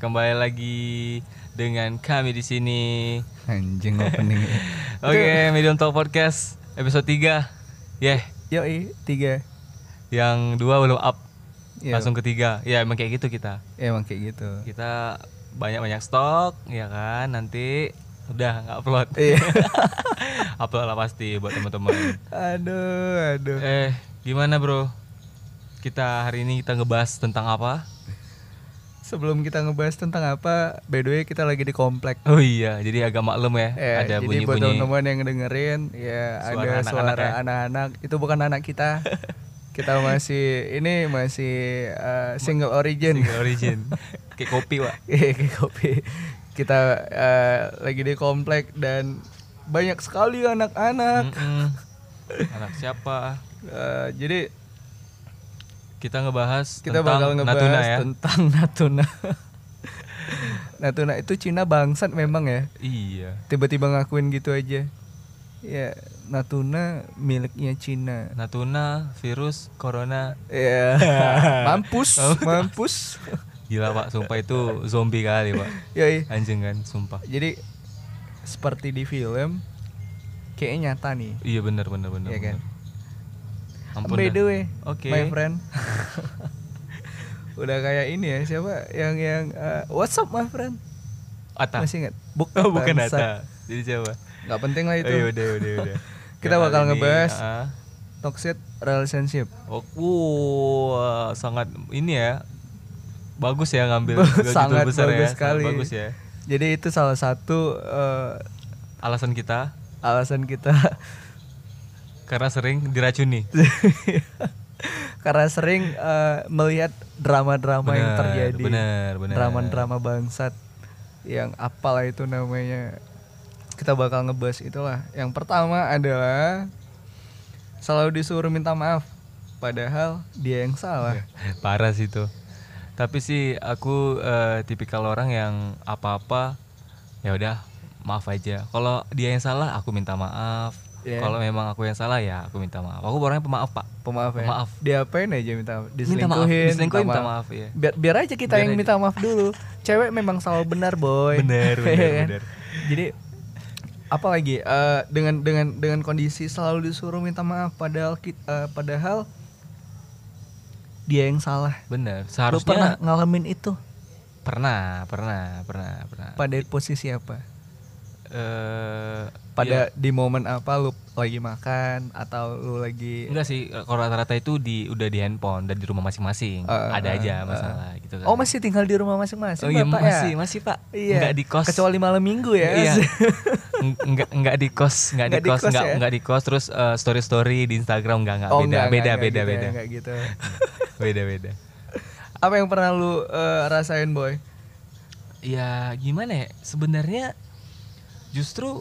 kembali lagi dengan kami di sini. Anjing opening. Oke, Medium Talk Podcast episode 3. Yoi, 3. Yang 2 belum up. Yo. Langsung ke 3. Ya emang kayak gitu kita. Emang kayak gitu. Kita banyak-banyak stok, ya kan? Nanti udah enggak upload. Iya. Upload lah pasti buat teman-teman. Aduh. Gimana, Bro? Kita hari ini kita ngebahas tentang apa? Sebelum kita ngebahas tentang apa, by the way kita lagi di komplek. Oh iya, jadi agak maklum ya. Ada jadi bunyi-bunyi. buat teman-teman yang dengerin, ya Suara ada anak-anak suara ya. anak-anak. Itu bukan anak kita. Kita masih single origin. Single origin. Kayak kopi, Pak. Kayak kopi. Kita lagi di komplek dan banyak sekali anak-anak. Anak siapa? Jadi kita ngebahas kita tentang bakal ngebahas Natuna ya. tentang Natuna. Natuna itu Cina bangsat memang ya. Iya. Tiba-tiba ngakuin gitu aja. Ya, Natuna miliknya Cina. Natuna, virus, corona. Ya, mampus. Gila, Pak, sumpah itu zombie kali, Pak. Yoi. Anjing kan, sumpah. Jadi seperti di film, kayaknya nyata nih. Iya benar. Iya kan? Ampun. By the way, Oke. my friend. Udah kayak ini ya, siapa yang what's up my friend? Atta. Masih ingat? Bukan bangsat. Atta. Jadi siapa? Gak penting lah itu. Oh, udah. Kita Ya, bakal kali ini, ngebahas toxic relationship. Sangat ini ya. Bagus ya ngambil Sangat judul besar bagus ya. sekali. Sangat bagus ya. Jadi itu salah satu Alasan kita karena sering diracuni. karena sering melihat drama-drama yang terjadi. Benar. Drama-drama bangsat yang apalah itu namanya. Kita bakal ngebahas itulah. Yang pertama adalah selalu disuruh minta maaf padahal dia yang salah. Parah sih itu. Tapi sih aku tipikal orang yang apa-apa ya udah maaf aja. Kalau dia yang salah aku minta maaf. Yeah. Kalau memang aku yang salah ya aku minta maaf. Aku orangnya pemaaf, Pak. Pemaaf ya. Pemaaf. Diapain aja minta maaf? Diselingkuhin minta maaf ya. Biar aja kita yang minta maaf dulu. Cewek memang selalu benar, boy. Benar. Jadi apalagi dengan kondisi selalu disuruh minta maaf padahal dia yang salah. Benar. Lu Seharusnya pernah ngalamin itu? Pernah. Pada posisi apa? Iya. Di momen apa, lu lagi makan atau lu lagi Enggak sih, kalau rata-rata itu udah di handphone dan di rumah masing-masing. Ada aja masalah gitu kan. Oh, masih tinggal di rumah masing-masing, iya, Bapak ya? masih Pak. Iya. Enggak di kos. Kecuali malam Minggu ya. Iya. enggak di kos, enggak di kos terus story di Instagram enggak beda. Enggak gitu. Beda. Apa yang pernah lu rasain, boy? Ya gimana ya? Sebenarnya justru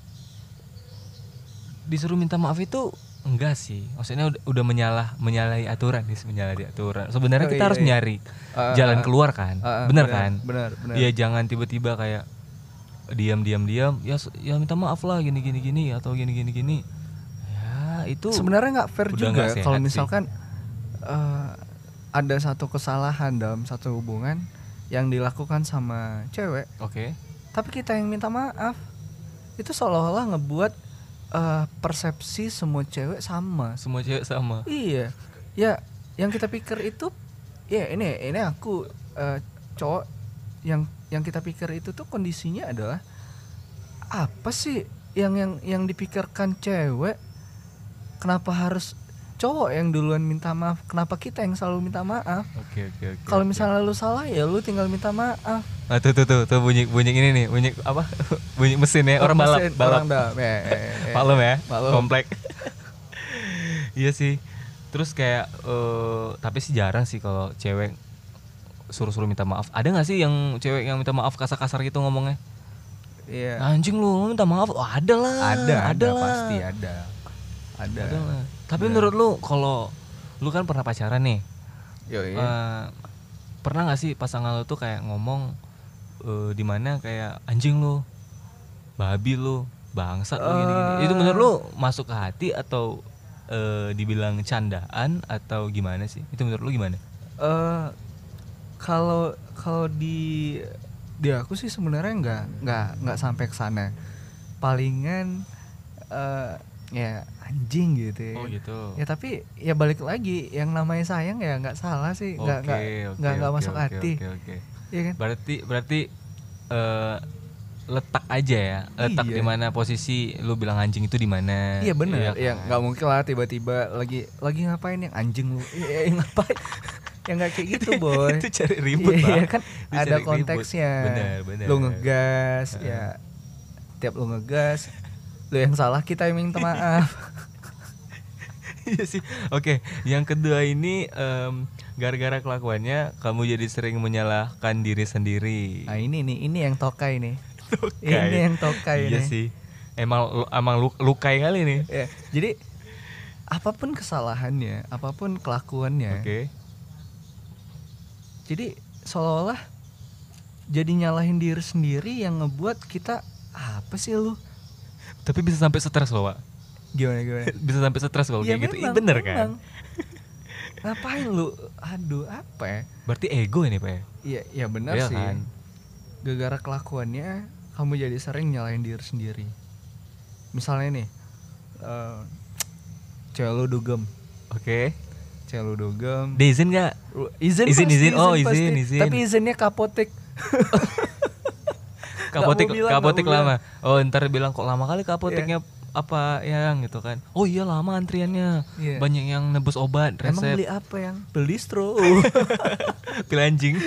disuruh minta maaf itu enggak sih. Maksudnya udah menyalahi aturan. Sebenarnya kita harus nyari jalan keluar kan. Benar kan? Benar. Iya, jangan tiba-tiba kayak diam. Ya minta maaf lah gini atau gini. Ya, itu sebenarnya enggak fair juga kalau misalkan ada satu kesalahan dalam satu hubungan yang dilakukan sama cewek. Oke. Tapi kita yang minta maaf. Itu seolah-olah ngebuat persepsi semua cewek sama. Iya. Ya, yang kita pikir itu ya ini aku cowok yang kita pikir itu tuh kondisinya adalah apa sih yang dipikirkan cewek? Kenapa harus cowok yang duluan minta maaf? Kenapa kita yang selalu minta maaf? Oke. Kalau misalnya lu salah ya lu tinggal minta maaf. Nah, tuh bunyi ini nih, bunyi apa? Bunyi mesin ya, orang balap. Maklum ya, komplek. Iya sih. Terus kayak tapi sih jarang sih kalau cewek suruh minta maaf. Ada enggak sih yang cewek yang minta maaf kasar-kasar gitu ngomongnya? Iya. Anjing lu minta maaf. Oh, ada lah. Ada pasti ada. Lah. Tapi menurut lu kalau lu kan pernah pacaran nih. Yoi. Pernah enggak sih pasangan lu tuh kayak ngomong di mana kayak anjing lu, babi lu, bangsat lu gini. Itu menurut lu masuk ke hati atau dibilang candaan atau gimana sih? Itu menurut lu gimana? Kalau di aku sih sebenarnya nggak sampai ke sana. Palingan ya anjing gitu ya. Oh gitu. Ya tapi ya balik lagi, yang namanya sayang ya nggak salah sih, nggak masuk hati. Oke. Iya kan? Berarti letak aja ya, letak di mana posisi lu bilang anjing itu di mana. Iya benar. Ya nggak mungkin lah tiba-tiba lagi ngapain yang anjing lu, ngapain. Ya nggak kayak gitu boy. Itu cari ribut lah. Iya kan ada konteksnya. Benar. Lu ngegas ya, tiap lu ngegas lu yang salah, kita yang minta maaf. Iya sih. Oke, yang kedua ini gara-gara kelakuannya kamu jadi sering menyalahkan diri sendiri. Nah ini yang tokai nih. Ini yang tokai iya nih. Sih. Emang lukai kali nih. Ya, jadi apapun kesalahannya, apapun kelakuannya. Oke. Jadi seolah-olah jadi nyalahin diri sendiri yang ngebuat kita apa sih lu? Tapi bisa sampai stres loh, Pak. Gimana? Bisa sampai stres kalau kayak gitu. Iya bener kan? Ngapain lu? Aduh, apa ya? Berarti ego ini, Pak. Iya benar ya, sih. Kan? Gara-gara kelakuannya kamu jadi sering nyalahin diri sendiri. Misalnya nih, cewek lu dugem. Oke. Cewek lu dugem. Dia izin nggak? Izin. Oh izin. Tapi izinnya kapotik. kapotik lama. Oh ntar bilang kok lama kali kapotiknya. Apa yang gitu kan? Oh iya lama antriannya. Banyak yang nebus obat resep. Emang beli apa yang? Beli stro. Pil anjing.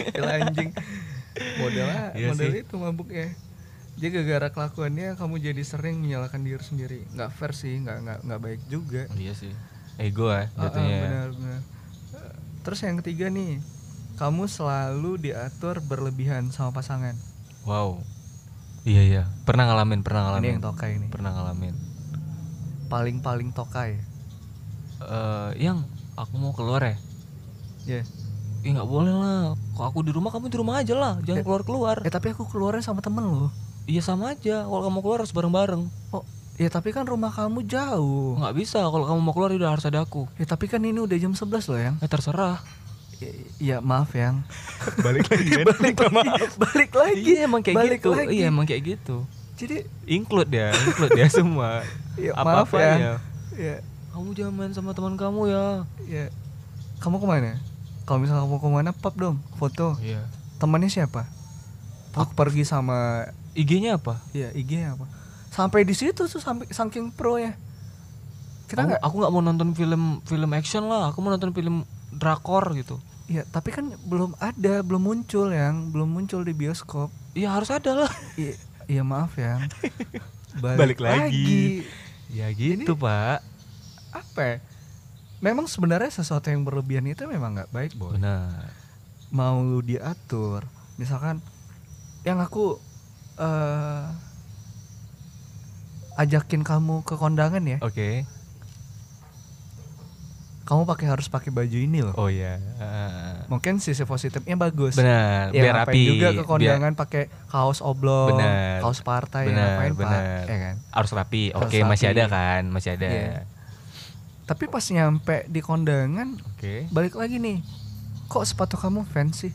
Model itu mabuknya. Jadi gara-gara kelakuannya kamu jadi sering menyalahkan diri sendiri. Nggak fair sih, nggak baik juga. Iya sih. Ego ya jatuhnya. Benar. Terus yang ketiga nih, kamu selalu diatur berlebihan sama pasangan. Wow. Iya. Pernah ngalamin. Ini yang tokai nih. Pernah ngalamin. Paling tokai. Yang aku mau keluar ya. Iya. Nggak boleh lah. Kok aku di rumah, kamu di rumah aja lah. Jangan keluar. Tapi aku keluarnya sama temen loh. Iya sama aja. Kalau kamu keluar harus bareng-bareng. Oh, ya tapi kan rumah kamu jauh. Nggak bisa. Kalau kamu mau keluar udah harus ada aku. Ya tapi kan ini udah jam 11 loh yang. Terserah. Ya maaf yang. Balik lagi kan. Balik lagi. Iya emang kayak gitu. Iya emang kayak gitu. Jadi include dia semua. Ya, maaf ya. Kamu jangan main sama teman kamu ya. Ya. Kamu kemana? Kalau misalnya kamu kemana, pap dong foto. Iya. Temannya siapa? Aku pergi sama. IG-nya apa? Iya, IG-nya apa? Sampai di situ tuh, sampai saking pro ya. Aku nggak mau nonton film action lah. Aku mau nonton film drakor gitu. Iya, tapi kan belum muncul di bioskop. Iya harus ada lah. Iya maaf ya. Balik lagi. Ya gitu ini, Pak. Apa ya? Memang sebenarnya sesuatu yang berlebihan itu memang nggak baik, Boy. Benar. Mau lu diatur, misalkan yang aku ajakin kamu ke kondangan ya. Oke. Kamu harus pakai baju ini loh. Oh iya. Mungkin sisi positifnya bagus. Benar. Ya, biar rapi. Juga ke kondangan pakai kaos oblong, bener. Kaos partai, ngapain Pak? Ya kan? Harus rapi. Oke, masih ada kan? Masih ada. Yeah. Tapi pas nyampe di kondangan, balik lagi nih. Kok sepatu kamu fancy?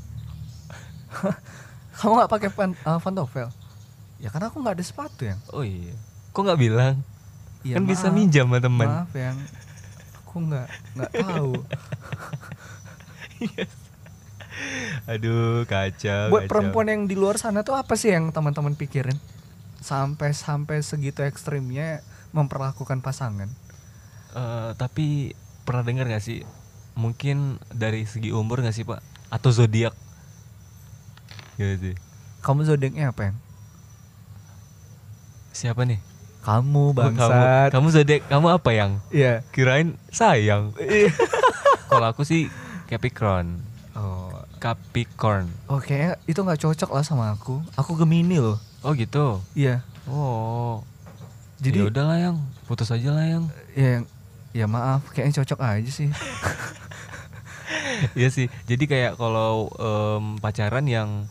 Kamu nggak pakai pantofel? Ya karena aku nggak ada sepatu yang. Oh iya. Kok nggak bilang? Ya, kan maaf, bisa minjam sama teman. Maaf yang. Aku nggak tahu. Yes. Aduh kacau. Buat perempuan yang di luar sana tuh apa sih yang teman-teman pikirin? Sampai segitu ekstrimnya memperlakukan pasangan. Tapi pernah dengar nggak sih? Mungkin dari segi umur nggak sih Pak? Atau zodiak? Gitu sih. Kamu zodiaknya apa yang? Siapa nih? Kamu bangsat. Kamu zodiak kamu apa yang? Iya. Kirain sayang. Kalau aku sih Capricorn. Oh, Capricorn. Oke, itu nggak cocok lah sama aku. Aku Gemini loh. Oh gitu. Iya. Oh. Jadi ya udahlah yang, putus aja lah yang. Ya maaf, kayaknya cocok aja sih. Iya sih. Jadi kayak kalau pacaran yang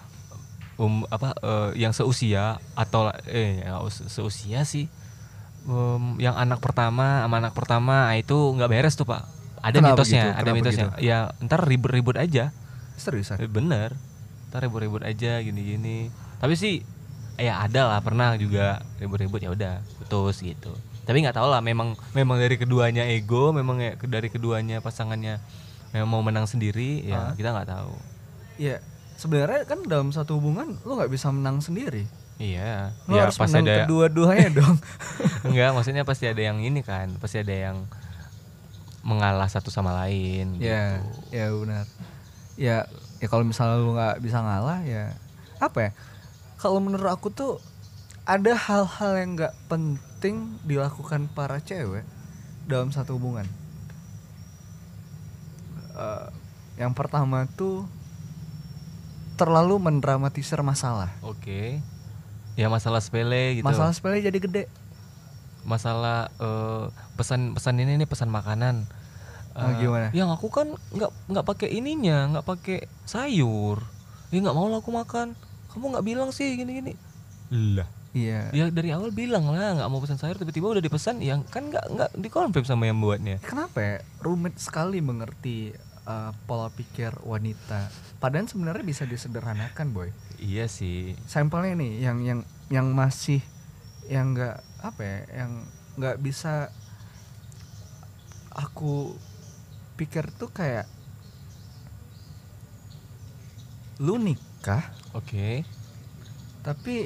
yang seusia atau seusia sih, yang anak pertama sama anak pertama itu nggak beres tuh Pak. Ada mitosnya, ada mitosnya. Begitu? Ya ntar ribut-ribut aja. Seriusan? Bener. Ntar ribut-ribut aja gini-gini. Tapi sih ya ada lah, pernah juga ribut-ribut, ya udah putus gitu. Tapi nggak tahu lah, memang dari keduanya ego, memang ya dari keduanya pasangannya memang mau menang sendiri, ya kita nggak tahu. Iya, sebenarnya kan dalam satu hubungan lo nggak bisa menang sendiri. Iya, lo harus menang kedua-duanya dong. Enggak, maksudnya pasti ada yang ini kan, pasti ada yang mengalah satu sama lain. Ya, gitu. Ya benar. Ya kalau misalnya lu nggak bisa ngalah, ya apa ya? Kalau menurut aku tuh ada hal-hal yang nggak penting dilakukan para cewek dalam satu hubungan. Yang pertama tuh terlalu mendramatisir masalah. Oke. Ya masalah sepele gitu. Masalah sepele jadi gede. Masalah pesan ini nih, pesan makanan. Gimana? Yang aku kan nggak pakai ininya, nggak pakai sayur. Ya nggak mau lah aku makan. Kamu nggak bilang sih gini-gini. Lah. Iya. Ya dari awal bilang lah nggak mau pesan sayur, tiba-tiba udah dipesan, yang kan nggak dikonfirm sama yang buatnya. Kenapa ya? Rumit sekali mengerti pola pikir wanita. Padahal sebenarnya bisa disederhanakan, boy. Iya sih. Sampelnya nih, yang masih, yang nggak apa ya, yang nggak bisa aku pikir tuh kayak lu nikah, oke, tapi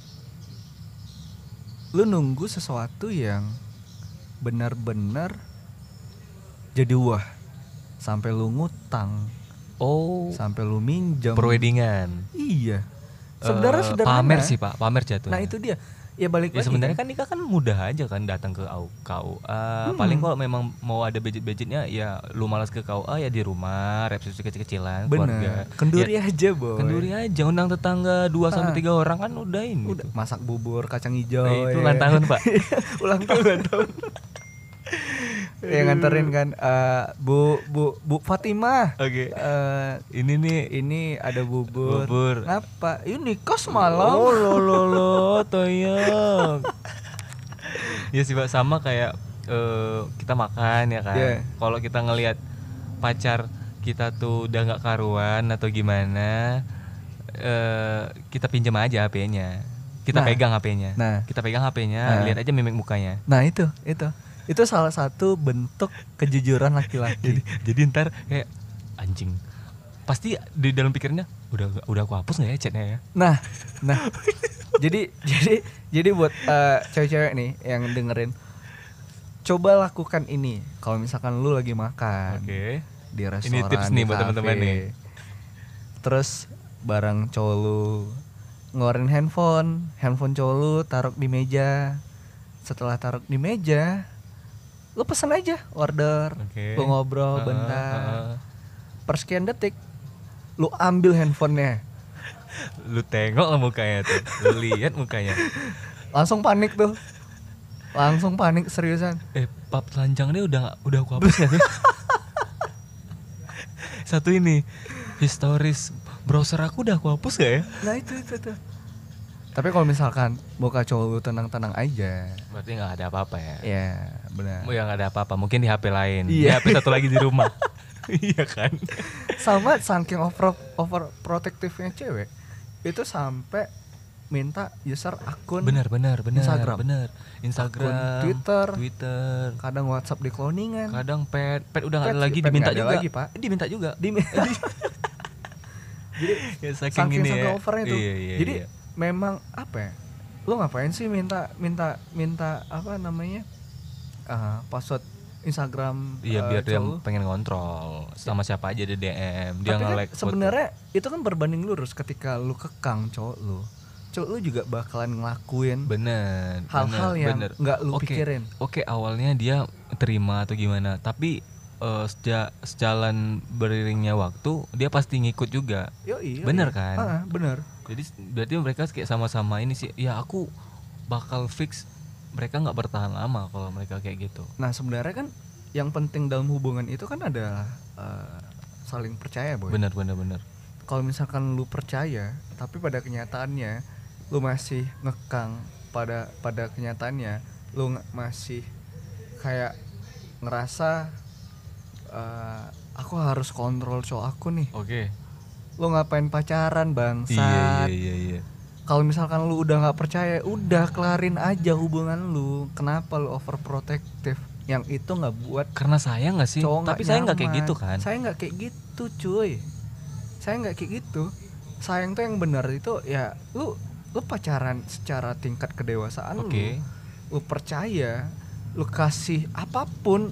lu nunggu sesuatu yang benar-benar jadi wah, sampai lu ngutang, sampai lu minjam, perweddingan. Iya, sebenarnya sederhana. Pamer sih Pak, pamer jatuh. Nah itu dia. Ya balik lagi sebenarnya kan nikah kan mudah aja kan, datang ke KUA. Paling kalau memang mau ada budget-budgetnya, ya lu malas ke KUA, ya di rumah resepsi kecil-kecilan keluarga. Kenduri ya, aja, boy. Kenduri aja, undang tetangga 2-3 orang kan udah ini. Udah masak bubur kacang hijau. Itu ulang tahun, Pak. Ulang tahun. Yang nganterin kan Bu Fatimah. Oke. Ini ada bubur. Ngapa? Ini kos malam. Oh lo toyong. Ya sih Pak, sama kayak kita makan ya kan. Yeah. Kalau kita ngelihat pacar kita tuh udah nggak karuan atau gimana, kita pinjam aja HP-nya. Kita pegang HP-nya. Kita pegang HP-nya, lihat aja mimik mukanya. Nah itu salah satu bentuk kejujuran laki-laki. Jadi ntar kayak anjing, pasti di dalam pikirnya udah aku hapus nggak ya chatnya ya. Nah jadi buat cewek-cewek nih yang dengerin, coba lakukan ini kalau misalkan lu lagi makan di restoran. Ini tips nih buat teman-teman nih. Terus barang cowok lu ngeluarin handphone cowok lu taruh di meja. Setelah taruh di meja, lu pesan aja order, lu ngobrol bentar, persekian detik lu ambil handphonenya, lu tengok lah mukanya tuh, lu lihat mukanya, langsung panik seriusan. Pap telanjangnya udah aku hapus ya tuh. Satu ini historis browser aku udah aku hapus gak ya. Nah itu. Tapi kalau misalkan muka cowok lu tenang-tenang aja, berarti nggak ada apa-apa ya. Iya benar. Ya nggak ada apa-apa, mungkin di HP lain, di HP satu lagi di rumah. Iya kan. Sama saking over protektifnya cewek, itu sampai minta user akun. Benar. akun Instagram, Twitter, kadang WhatsApp di cloningan, kadang pet udah nggak ada lagi, diminta juga lagi, Pak. Diminta juga. Jadi ya, saking overnya tuh. Iya, jadi memang apa ya? Lu ngapain sih minta apa namanya? Password Instagram. Iya, biar dia pengen ngontrol sama siapa aja di DM. Dia nge-like. Sebenarnya itu kan berbanding lurus ketika lu kekang cowok lu juga bakalan ngelakuin hal-hal yang nggak lu pikirin. Oke, awalnya dia terima atau gimana, tapi sejalan beriringnya waktu dia pasti ngikut juga. Bener kan? Bener. Jadi berarti mereka kayak sama-sama ini sih. Ya aku bakal fix mereka nggak bertahan lama kalau mereka kayak gitu. Nah sebenarnya kan yang penting dalam hubungan itu kan adalah saling percaya, boy. Bener. Kalau misalkan lu percaya, tapi pada kenyataannya lu masih ngekang, pada kenyataannya lu masih kayak ngerasa aku harus kontrol cowok aku nih. Lu ngapain pacaran bangsat? Iya. Kalau misalkan lu udah nggak percaya, udah kelarin aja hubungan lu. Kenapa lu overprotective? Yang itu nggak buat karena sayang nggak sih? Tapi saya nggak kayak gitu kan? Saya nggak kayak gitu cuy. Saya nggak kayak gitu. Sayang tuh yang benar itu ya lu pacaran secara tingkat kedewasaan lu percaya, lu kasih apapun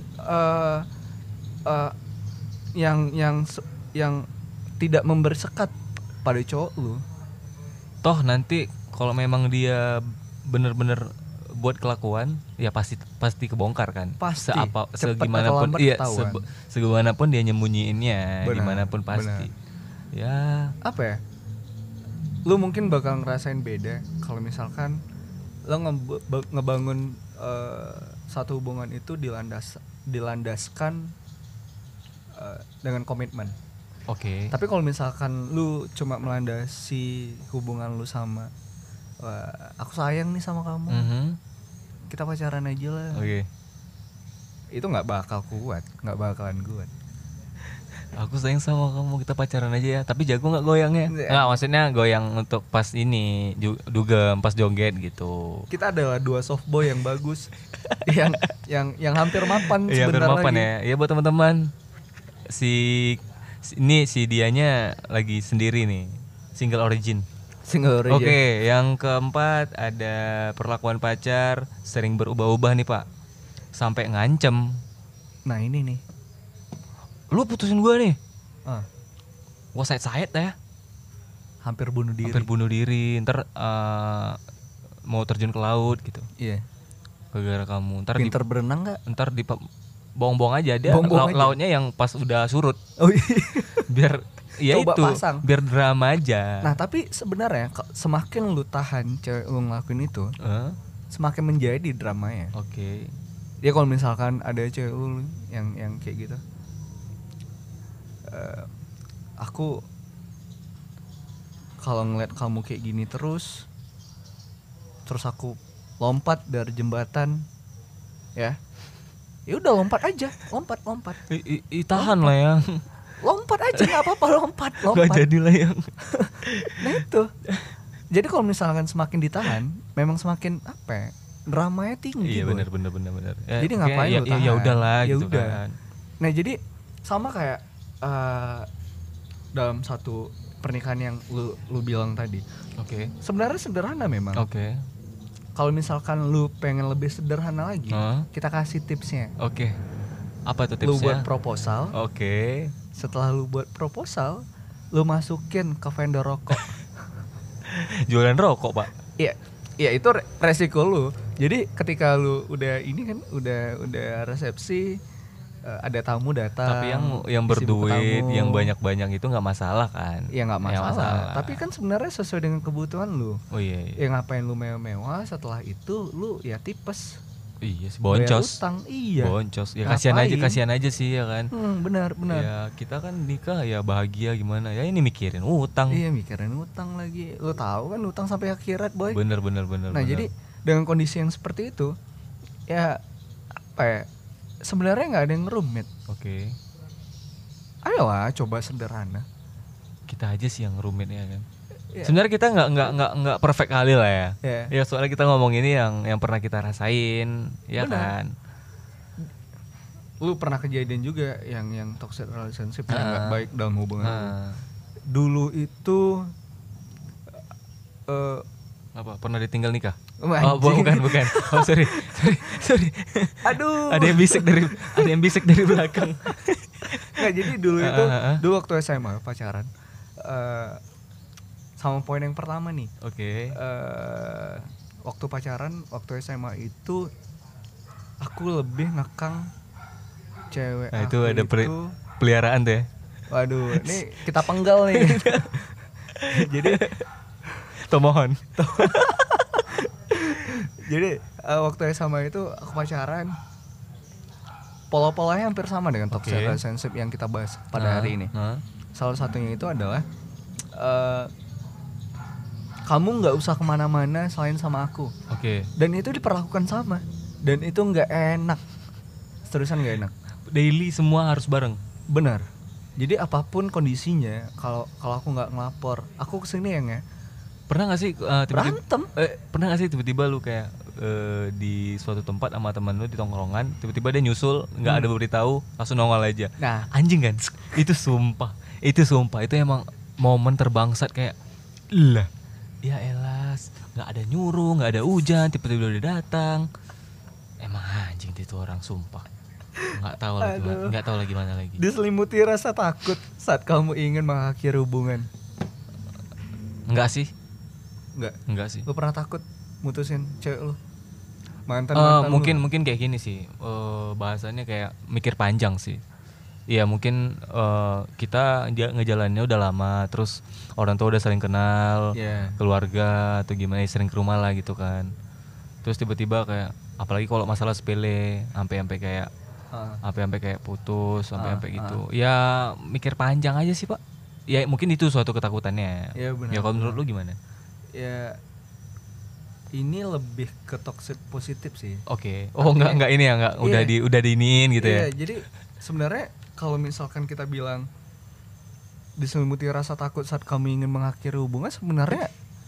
yang tidak memberi sekat pada cowok lu. Toh nanti kalau memang dia bener-bener buat kelakuan ya pasti kebongkar kan. Pasti. Segimanapun segimanapun dia nyembunyiinnya, dimanapun pasti. Bener. Ya apa ya? Lu mungkin bakal ngerasain beda kalau misalkan lu ngebangun satu hubungan itu dilandaskan dengan komitmen. Tapi kalau misalkan lu cuma melandasi hubungan lu sama aku sayang nih sama kamu, kita pacaran aja lah. Itu nggak bakal kuat, nggak bakalan kuat. Aku sayang sama kamu, kita pacaran aja ya. Tapi jago nggak goyangnya? Nggak, maksudnya goyang untuk pas ini dugem, pas joget gitu. Kita adalah dua softboy yang bagus, yang hampir mapan sebentar lagi. Ya buat teman-teman, si dianya lagi sendiri nih, single origin. Oke, yang keempat ada perlakuan pacar sering berubah-ubah nih Pak, sampai ngancem. Nah ini nih, lu putusin gue nih, gua sayat ya, hampir bunuh diri, ntar mau terjun ke laut gitu. Iya. Gara-gara kamu, ntar pinter berenang nggak? Ntar di bohong-bohong aja dia, lautnya yang pas udah surut. Oh iya. Biar ya coba itu pasang. Biar drama aja. Nah tapi sebenarnya semakin lu tahan cewek lu ngelakuin itu, semakin menjadi dramanya. Dia kalau misalkan ada cewek lu yang kayak gitu, aku kalau ngeliat kamu kayak gini terus aku lompat dari jembatan, ya udah lompat aja, lompat. Tahan lah ya. Lompat aja nggak apa-apa, lompat. Gak jadilah yang. Nah itu. Jadi kalau misalkan semakin ditahan, memang semakin apa ya, dramanya tinggi. Iya benar. Ya, jadi ngapain lu tahan? Ya udahlah gitu kan. Nah jadi sama kayak dalam satu pernikahan yang lu bilang tadi. Sebenarnya sederhana memang. Kalau misalkan lu pengen lebih sederhana lagi, kita kasih tipsnya. Apa tuh tipsnya? Lu buat proposal. Setelah lu buat proposal, lu masukin ke vendor rokok. Jualan rokok Pak? Iya itu resiko lu. Jadi ketika lu udah ini kan udah resepsi, ada tamu datang. Tapi yang berduit, yang banyak itu nggak masalah kan? Iya nggak masalah. Tapi kan sebenarnya sesuai dengan kebutuhan lu. Ya ngapain lu mewah-mewah, setelah itu lu ya tipes. Iya sih, boncos. Boncos. Ya kasihan aja sih ya kan. Benar. Ya kita kan nikah ya bahagia gimana. Ya ini mikirin utang. Iya, mikirin utang lagi. Lu tahu kan utang sampai akhirat, boy. Bener. Nah, jadi dengan kondisi yang seperti itu, ya apa ya? Sebenarnya enggak ada yang rumit. Ayolah, coba sederhana. Kita aja sih yang rumit ya kan. Sebenarnya kita nggak perfect kali lah ya. Ya soalnya kita ngomong ini yang pernah kita rasain, ya kan. Lu pernah kejadian juga yang toxic relationship yang nggak baik dalam hubungan lu. Dulu itu apa? Pernah ditinggal nikah? Bukan. Oh sorry. Aduh. Ada yang bisik dari belakang. Nggak, jadi dulu itu dulu waktu SMA pacaran. Sama poin yang pertama nih. Waktu pacaran, waktu SMA itu aku lebih ngekang cewek. Nah, itu ada peliharaan tuh ya. Waduh, ini kita penggal nih. Jadi mohon. Jadi waktu SMA itu aku pacaran, pola-polanya hampir sama dengan toxic relationship yang kita bahas pada hari ini. Salah satunya itu adalah kamu nggak usah kemana-mana selain sama aku. Dan itu diperlakukan sama. Dan itu nggak enak. Terusan nggak enak. Daily semua harus bareng. Benar. Jadi apapun kondisinya, kalau aku nggak ngelapor, aku kesini ya. Pernah nggak sih berantem? Pernah nggak sih tiba-tiba lu kayak di suatu tempat sama teman lu di tongkrongan, tiba-tiba dia nyusul, nggak ada beritahu, langsung nongol aja. Nah, anjing kan? Itu sumpah, itu emang momen terbangsat kayak, lah, ya elas, nggak ada nyuruh, nggak ada hujan, tiba-tiba udah datang. Emang anjing itu orang, sumpah. Nggak tahu lagi mana lagi. Diselimuti rasa takut saat kamu ingin mengakhiri hubungan. Enggak sih. Enggak sih. Lu pernah takut mutusin cewek lu? Mantan mungkin kayak gini sih. Bahasanya kayak mikir panjang sih. Iya, mungkin kita ngejalaninnya udah lama, terus orang tua udah saling kenal, keluarga atau gimana, sering ke rumah lah gitu kan. Terus tiba-tiba kayak, apalagi kalau masalah sepele, sampai kayak putus, sampai gitu. Ya mikir panjang aja sih, Pak. Ya mungkin itu suatu ketakutannya. Ya, benar. Ya kalau menurut lu gimana? Ya ini lebih ke toxic positif sih. Oke. Oh, enggak ini ya, enggak udah diiniin gitu ya. Iya, jadi sebenarnya kalau misalkan kita bilang diselimuti rasa takut saat kamu ingin mengakhiri hubungan, sebenarnya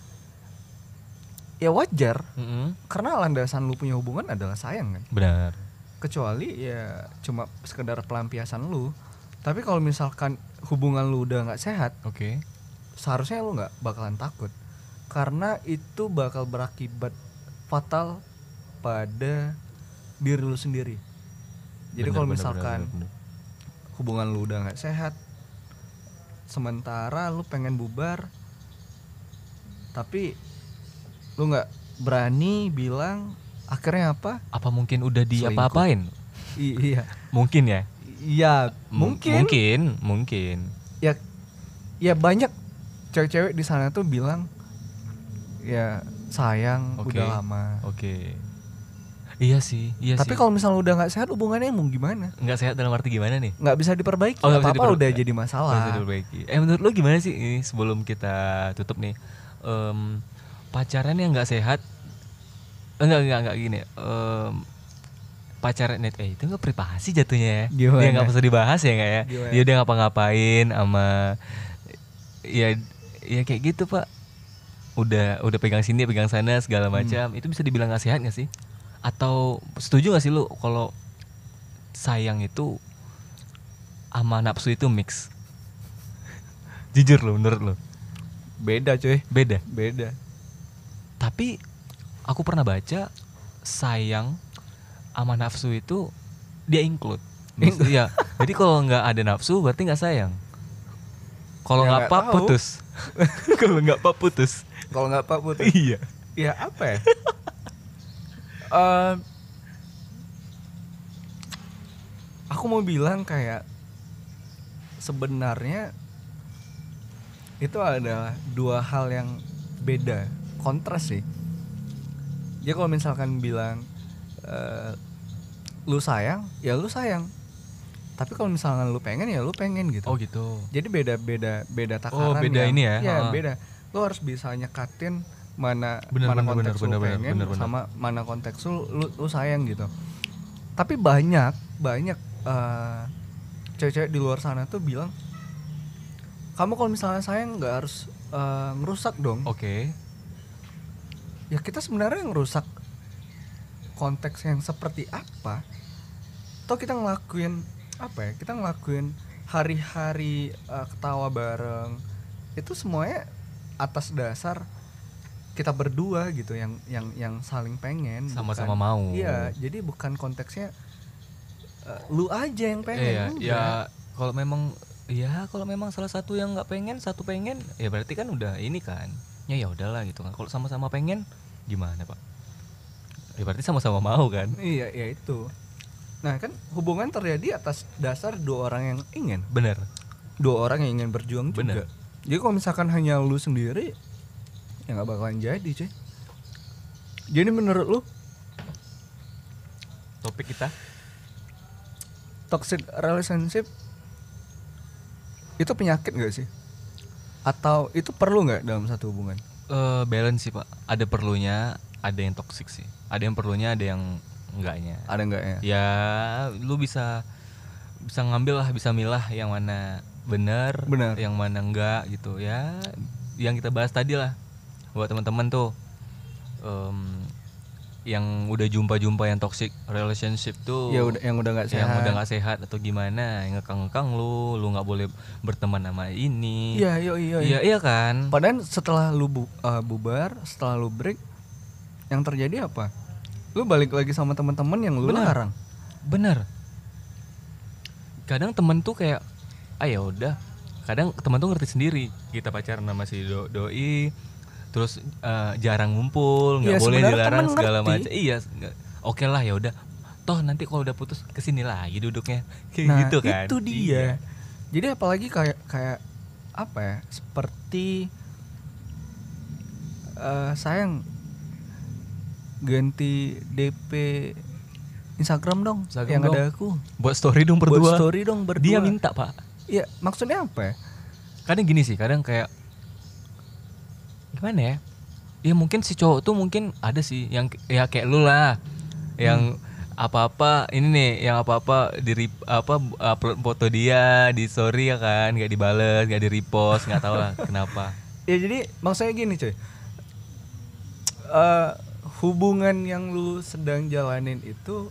ya wajar. Karena landasan lu punya hubungan adalah sayang kan. Benar. Kecuali ya cuma sekedar pelampiasan lu. Tapi kalau misalkan hubungan lu udah nggak sehat, seharusnya lu nggak bakalan takut, karena itu bakal berakibat fatal pada diri lu sendiri. Jadi kalau misalkan hubungan lu udah nggak sehat, sementara lu pengen bubar, tapi lu nggak berani bilang, akhirnya apa? Apa mungkin udah diapa-apain? Iya. Mungkin ya. Iya, mungkin. Ya banyak cewek-cewek di sana tuh bilang, ya sayang, udah lama. Iya sih. Tapi kalau misalnya udah nggak sehat hubungannya, mau gimana? Nggak sehat dalam arti gimana nih? Nggak bisa diperbaiki. Apa udah jadi masalah. Nggak bisa diperbaiki. Menurut lu gimana sih ini, sebelum kita tutup nih? Pacaran yang nggak sehat, enggak gini. Pacaran itu nggak privasi jatuhnya ya. Dia nggak usah dibahas ya, nggak ya? Dia udah ngapa-ngapain sama ya kayak gitu, Pak. Udah pegang sini, pegang sana segala macam. Itu bisa dibilang nggak sehat nggak sih? Atau setuju nggak sih lu kalau sayang itu sama nafsu itu mix? Jujur lu, menurut lu? Beda cuy. Beda. Tapi aku pernah baca sayang sama nafsu itu dia include. Iya. Jadi kalau nggak ada nafsu berarti nggak sayang. Kalau nggak putus. Kalau nggak putus. Iya. Ya apa ya? Aku mau bilang kayak sebenarnya itu adalah dua hal yang beda, kontras sih. Jadi kalau misalkan bilang lu sayang, ya lu sayang. Tapi kalau misalkan lu pengen, ya lu pengen gitu. Oh gitu. Jadi beda takaran. Oh beda ini ya? Iya beda. Lu harus bisa nyekatin mana konteks lu pengen sama mana konteks lu sayang gitu. Tapi banyak cewek-cewek di luar sana tuh bilang, kamu kalau misalnya sayang nggak harus ngerusak dong. Ya kita sebenarnya ngerusak konteks yang seperti apa? Atau kita ngelakuin apa ya? Kita ngelakuin hari-hari ketawa bareng. Itu semuanya atas dasar kita berdua gitu yang saling pengen, sama-sama mau. Iya, jadi bukan konteksnya lu aja yang pengen. Ya kalau memang salah satu yang nggak pengen, satu pengen, ya berarti kan udah ini kan. Ya udahlah gitu kan. Kalau sama-sama pengen gimana, Pak? Ya berarti sama-sama mau kan? Iya, ya itu. Nah kan hubungan terjadi atas dasar dua orang yang ingin. Bener. Dua orang yang ingin berjuang juga. Jadi kalau misalkan hanya lu sendiri, ya nggak bakalan jadi, cuy. Jadi menurut lu, topik kita toxic relationship itu penyakit nggak sih? Atau itu perlu nggak dalam satu hubungan? Balance sih, Pak. Ada perlunya, ada yang toxic sih. Ada yang perlunya, ada yang enggaknya. Ada enggaknya? Ya, lu bisa ngambil lah, bisa milah yang mana benar, yang mana enggak gitu ya. Yang kita bahas tadi lah buat teman-teman tuh yang udah jumpa yang toxic relationship tuh ya yang udah nggak sehat atau gimana, yang ngekang lu nggak boleh berteman sama ini. Iya kan. Padahal setelah lu bubar, setelah lu break, yang terjadi apa? Lu balik lagi sama teman-teman yang lu larang. Bener. Kadang temen tuh kayak ya udah. Kadang teman tuh ngerti sendiri kita pacaran sama si doi. Terus jarang ngumpul, nggak boleh dilarang segala macam. Iya, oke lah ya udah. Toh nanti kalau udah putus kesini lagi duduknya, kayak gitu kan. Itu dia. Jadi apalagi kayak apa ya? Seperti sayang ganti DP Instagram dong, yang dong. Ada aku. Buat story dong berdua. Dia minta, Pak. Iya, maksudnya apa ya? Kadang gini sih, kadang kayak gimana ya? Ya mungkin si cowok tuh mungkin ada sih yang ya kayak lu lah, yang apa-apa ini nih, yang apa-apa upload foto dia di story ya kan, nggak dibales, nggak di repost, nggak tahu lah kenapa. Ya jadi maksudnya gini cuy, hubungan yang lu sedang jalanin itu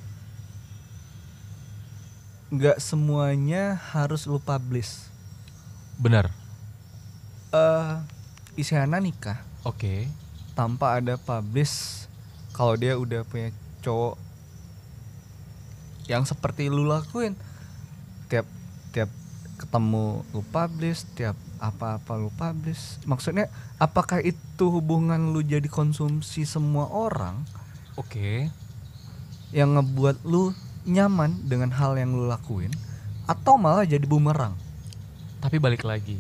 nggak semuanya harus lu publish. Benar. Isyana nikah, oke, tanpa ada publish kalau dia udah punya cowok yang seperti lu lakuin. Tiap ketemu lu publish, tiap apa-apa lu publish. Maksudnya apakah itu hubungan lu jadi konsumsi semua orang? Oke. Yang ngebuat lu nyaman dengan hal yang lu lakuin, atau malah jadi bumerang? Tapi balik lagi,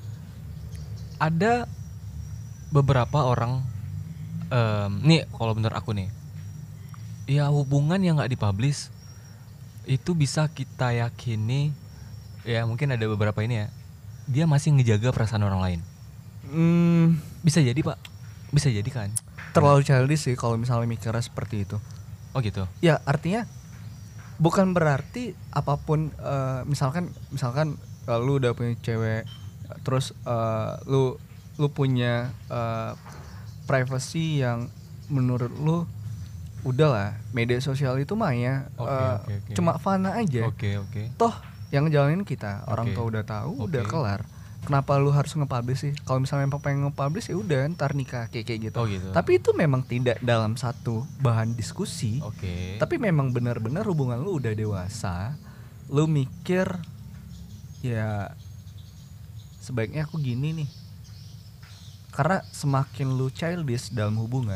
ada beberapa orang nih kalau menurut aku nih, ya hubungan yang nggak dipublish itu bisa kita yakini, ya mungkin ada beberapa ini ya, dia masih ngejaga perasaan orang lain. Bisa jadi Pak, bisa jadi kan. Terlalu childish sih kalau misalnya mikirnya seperti itu. Oh gitu. Ya artinya bukan berarti apapun, misalkan lu udah punya cewek, terus lu punya privacy yang menurut lu udahlah, media sosial itu mah ya okay. Cuma fana aja. Oke. Toh yang ngejalanin kita, orang tua udah tahu, udah kelar. Kenapa lu harus nge-publish sih? Kalau misalnya pengen nge-publish ya udah ntar nikah kayak gitu. Gitu. Tapi itu memang tidak dalam satu bahan diskusi. Tapi memang benar-benar hubungan lu udah dewasa. Lu mikir ya sebaiknya aku gini nih. Karena semakin lu childish dalam hubungan,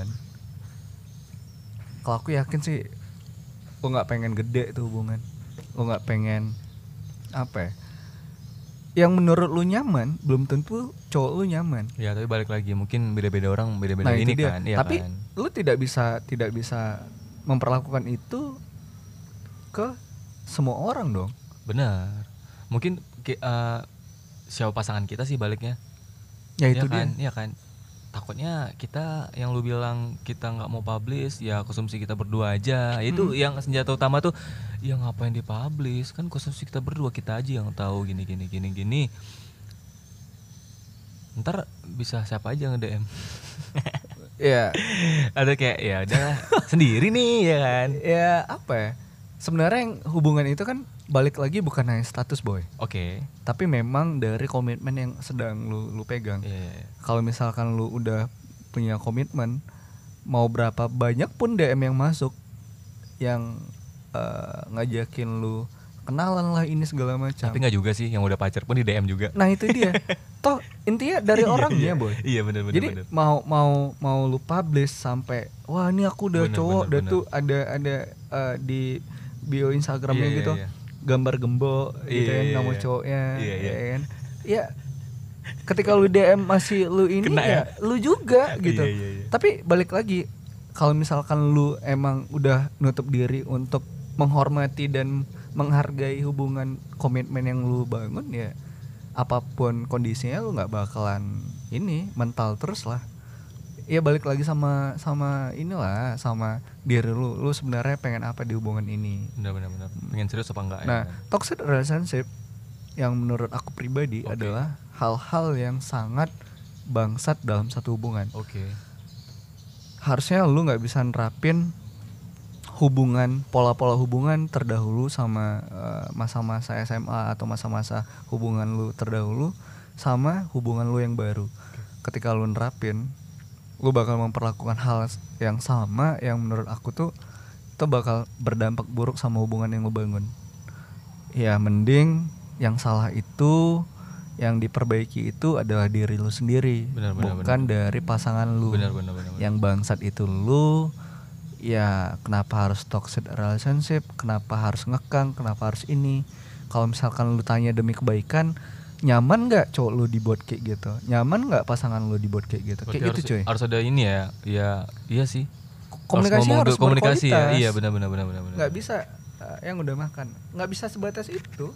kalau aku yakin sih lu gak pengen gede tuh hubungan. Lu gak pengen apa ya, yang menurut lu nyaman belum tentu cowok lu nyaman. Ya tapi balik lagi, mungkin beda-beda orang beda-beda ini kan ya. Tapi kan? Lu tidak bisa memperlakukan itu ke semua orang dong. Benar. Mungkin siapa pasangan kita sih baliknya. Ya itu kan, dia. Iya kan. Takutnya kita yang lu bilang kita nggak mau publish, ya konsumsi kita berdua aja. Itu yang senjata utama tuh. Ya ngapain dipublish? Kan konsumsi kita berdua, kita aja yang tahu gini. Ntar bisa siapa aja nge-DM. Iya. Ada kayak ya udah sendiri nih ya kan. Ya apa ya? Sebenarnya yang hubungan itu kan balik lagi bukan hanya status boy. Tapi memang dari komitmen yang sedang lu pegang. Kalau misalkan lu udah punya komitmen, mau berapa banyak pun DM yang masuk yang ngajakin lu kenalan lah ini segala macam. Tapi nggak juga sih, yang udah pacar pun di DM juga. Nah itu dia. Toh intinya dari orangnya boy. Iya benar. Jadi mau lu publish sampai wah ini aku udah cowok, udah tuh ada di bio Instagramnya gitu. Gambar gembok gitu kan, nama cowoknya kan. Ya ketika lu DM masih lu ini ya lu juga gitu. Tapi balik lagi, kalau misalkan lu emang udah nutup diri untuk menghormati dan menghargai hubungan komitmen yang lu bangun, ya apapun kondisinya lu nggak bakalan ini mental terus lah. Ya balik lagi sama inilah, sama diri lu sebenarnya pengen apa di hubungan ini. Benar. Pengen serius apa enggak? Nah, toxic relationship yang menurut aku pribadi adalah hal-hal yang sangat bangsat dalam satu hubungan. Harusnya lu nggak bisa nerapin hubungan, pola-pola hubungan terdahulu sama masa-masa SMA atau masa-masa hubungan lu terdahulu sama hubungan lu yang baru. Ketika lu nerapin, lu bakal memperlakukan hal yang sama yang menurut aku tuh itu bakal berdampak buruk sama hubungan yang lu bangun. Ya mending yang salah itu, yang diperbaiki itu adalah diri lu sendiri, bukan dari pasangan lu. Yang bangsat itu lu. Ya kenapa harus toxic relationship, kenapa harus ngekang, kenapa harus ini. Kalau misalkan lu tanya demi kebaikan, nyaman gak cowok lu dibuat kayak gitu, nyaman gak pasangan lu dibuat kayak gitu. Berarti kayak gitu coy. Harus ada ini ya. Iya sih. Komunikasi harus komunikasi ya. Iya benar. Gak bisa yang udah makan, gak bisa sebatas itu.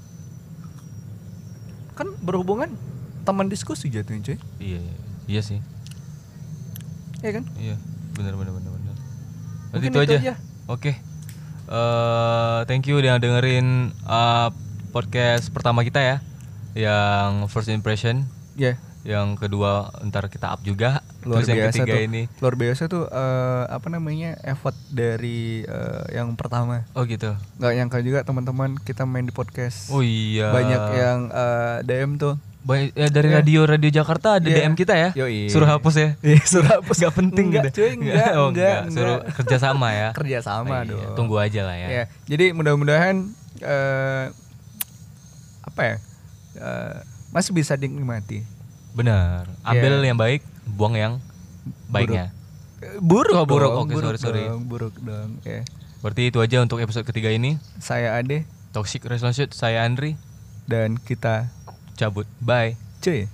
Kan berhubungan teman diskusi jatuhnya coy. Iya sih. Iya kan? Iya, benar. Berarti itu aja. Oke. Thank you udah dengerin podcast pertama kita ya. Yang first impression. Yang kedua ntar kita up juga. Luar terus biasa yang ketiga tuh. ini. Luar biasa tuh effort dari yang pertama. Oh gitu. Gak nyangka juga teman-teman kita main di podcast. Oh iya. Banyak yang DM tuh. Banyak ya, dari radio Jakarta ada DM kita ya. Suruh hapus ya. Suruh hapus. Gak penting. Enggak cuy, enggak. Suruh kerjasama ya. Kerjasama dong. Tunggu aja lah ya. Jadi mudah-mudahan masih bisa dinikmati. Benar. Ambil yang baik, buang yang baiknya. Buruk. Oke, sorry. Buruk dong. Berarti itu aja untuk episode ketiga ini. Saya Ade. Toxic Relationship, saya Andri. Dan kita cabut. Bye. Cuy.